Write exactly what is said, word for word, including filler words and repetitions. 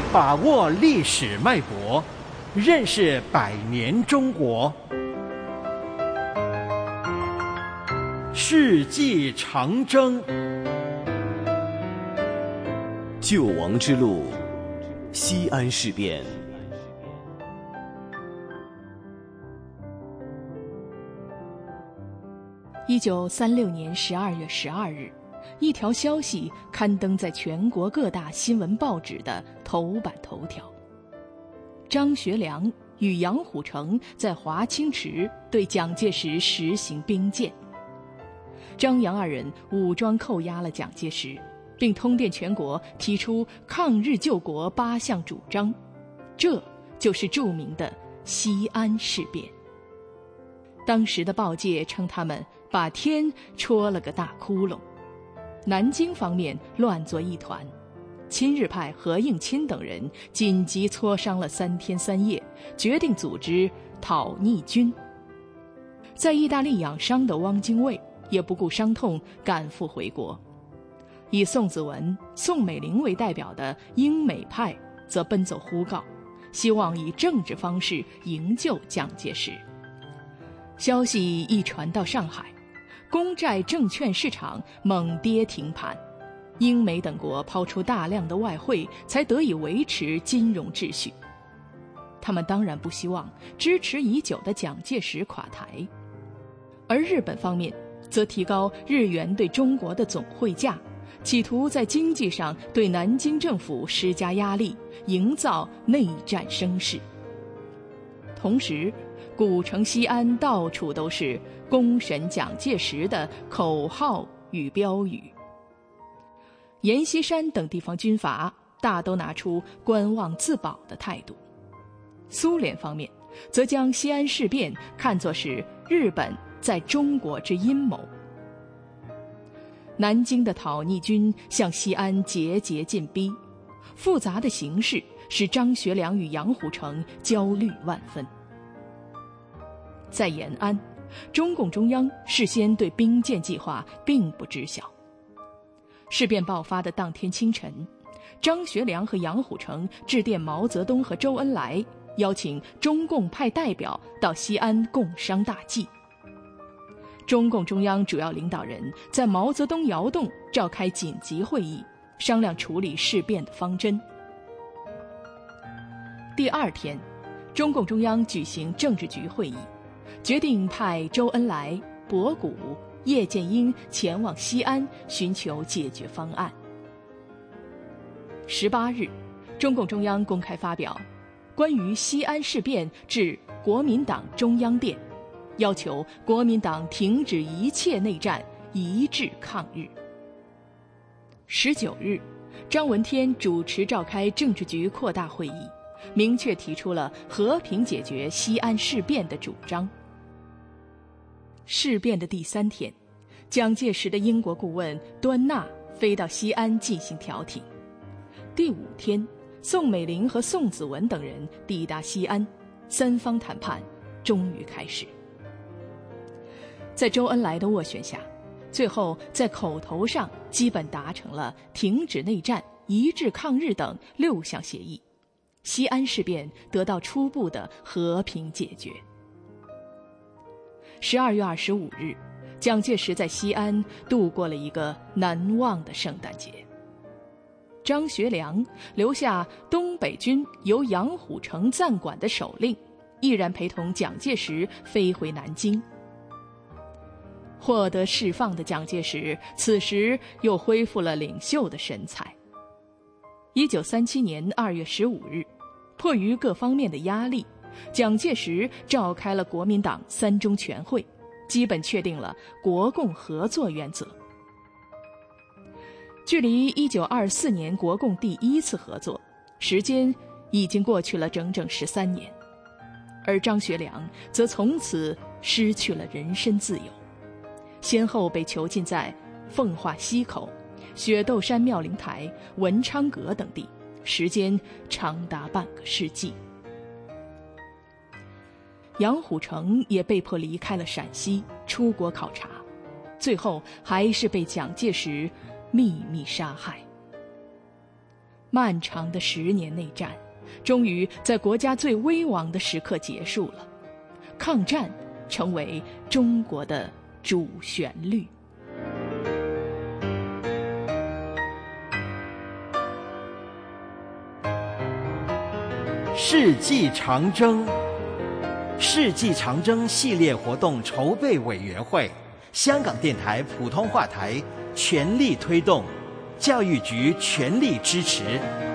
把握历史脉搏，认识百年中国。世纪长征， 救亡之路，西安事变。 一九三六年十二月十二日，一条消息刊登在全国各大新闻报纸的头版头条：张学良与杨虎城在华清池对蒋介石实行兵谏。张杨二人武装扣押了蒋介石，并通电全国，提出抗日救国八项主张，这就是著名的西安事变。当时的报界称他们把天戳了个大窟窿。南京方面乱作一团，亲日派何应钦等人紧急磋商了三天三夜，决定组织讨逆军。在意大利养伤的汪精卫也不顾伤痛，赶赴回国。以宋子文、宋美龄为代表的英美派则奔走呼告，希望以政治方式营救蒋介石。消息一传到上海，公债证券市场猛跌停盘，英美等国抛出大量的外汇，才得以维持金融秩序。他们当然不希望支持已久的蒋介石垮台，而日本方面则提高日元对中国的总汇价，企图在经济上对南京政府施加压力，营造内战声势。同时，古城西安到处都是公审蒋介石的口号与标语。阎锡山等地方军阀大都拿出观望自保的态度。苏联方面则将西安事变看作是日本在中国之阴谋。南京的讨逆军向西安节节进逼，复杂的形势使张学良与杨虎城焦虑万分。在延安，中共中央事先对兵谏计划并不知晓。事变爆发的当天清晨，张学良和杨虎城致电毛泽东和周恩来，邀请中共派代表到西安共商大计。中共中央主要领导人在毛泽东窑洞召开紧急会议，商量处理事变的方针。第二天，中共中央举行政治局会议，决定派周恩来、博古、叶剑英前往西安寻求解决方案。十八日，中共中央公开发表关于西安事变致国民党中央电，要求国民党停止一切内战，一致抗日。十九日，张闻天主持召开政治局扩大会议，明确提出了和平解决西安事变的主张。事变的第三天，蒋介石的英国顾问端纳飞到西安进行调停。第五天，宋美龄和宋子文等人抵达西安，三方谈判终于开始。在周恩来的斡旋下，最后在口头上基本达成了停止内战、一致抗日等六项协议，西安事变得到初步的和平解决。十二月二十五日，蒋介石在西安度过了一个难忘的圣诞节。张学良留下东北军由杨虎城暂管的手令，毅然陪同蒋介石飞回南京。获得释放的蒋介石此时又恢复了领袖的神采。一九三七年二月十五日，迫于各方面的压力，蒋介石召开了国民党三中全会，基本确定了国共合作原则。距离一九二四年国共第一次合作，时间已经过去了整整十三年，而张学良则从此失去了人身自由，先后被囚禁在奉化溪口、雪窦山妙龄台、文昌阁等地，时间长达半个世纪。杨虎城也被迫离开了陕西，出国考察，最后还是被蒋介石秘密杀害。 漫长的十年内战，终于在国家最危亡的时刻结束了。抗战成为中国的主旋律。 世纪长征，世纪长征系列活动筹备委员会，香港电台普通话台全力推动，教育局全力支持。